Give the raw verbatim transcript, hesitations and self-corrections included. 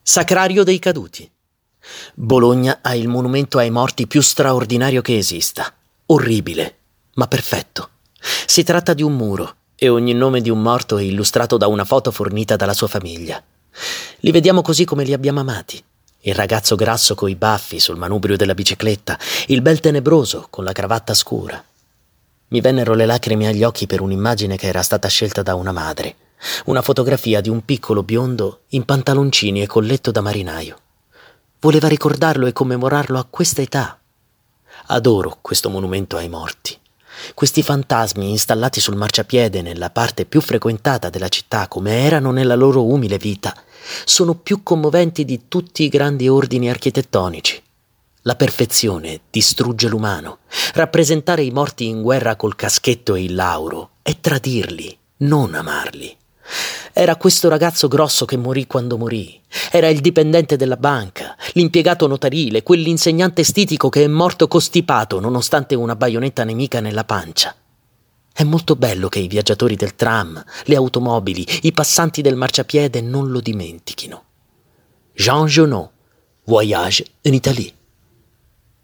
Sacrario dei caduti. Bologna ha il monumento ai morti più straordinario che esista. Orribile, ma perfetto. Si tratta di un muro e ogni nome di un morto è illustrato da una foto fornita dalla sua famiglia. Li vediamo così come li abbiamo amati. Il ragazzo grasso coi baffi sul manubrio della bicicletta, il bel tenebroso con la cravatta scura. Mi vennero le lacrime agli occhi per un'immagine che era stata scelta da una madre. Una fotografia di un piccolo biondo in pantaloncini e colletto da marinaio. Voleva ricordarlo e commemorarlo a questa età. Adoro questo monumento ai morti. Questi fantasmi installati sul marciapiede nella parte più frequentata della città, come erano nella loro umile vita, sono più commoventi di tutti i grandi ordini architettonici. La perfezione distrugge l'umano. Rappresentare i morti in guerra col caschetto e il lauro è tradirli, non amarli. Era questo ragazzo grosso che morì quando morì. Era il dipendente della banca, l'impiegato notarile, quell'insegnante stitico che è morto costipato nonostante una baionetta nemica nella pancia. È molto bello che i viaggiatori del tram, le automobili, i passanti del marciapiede non lo dimentichino. Jean Genot, Voyage in Italie.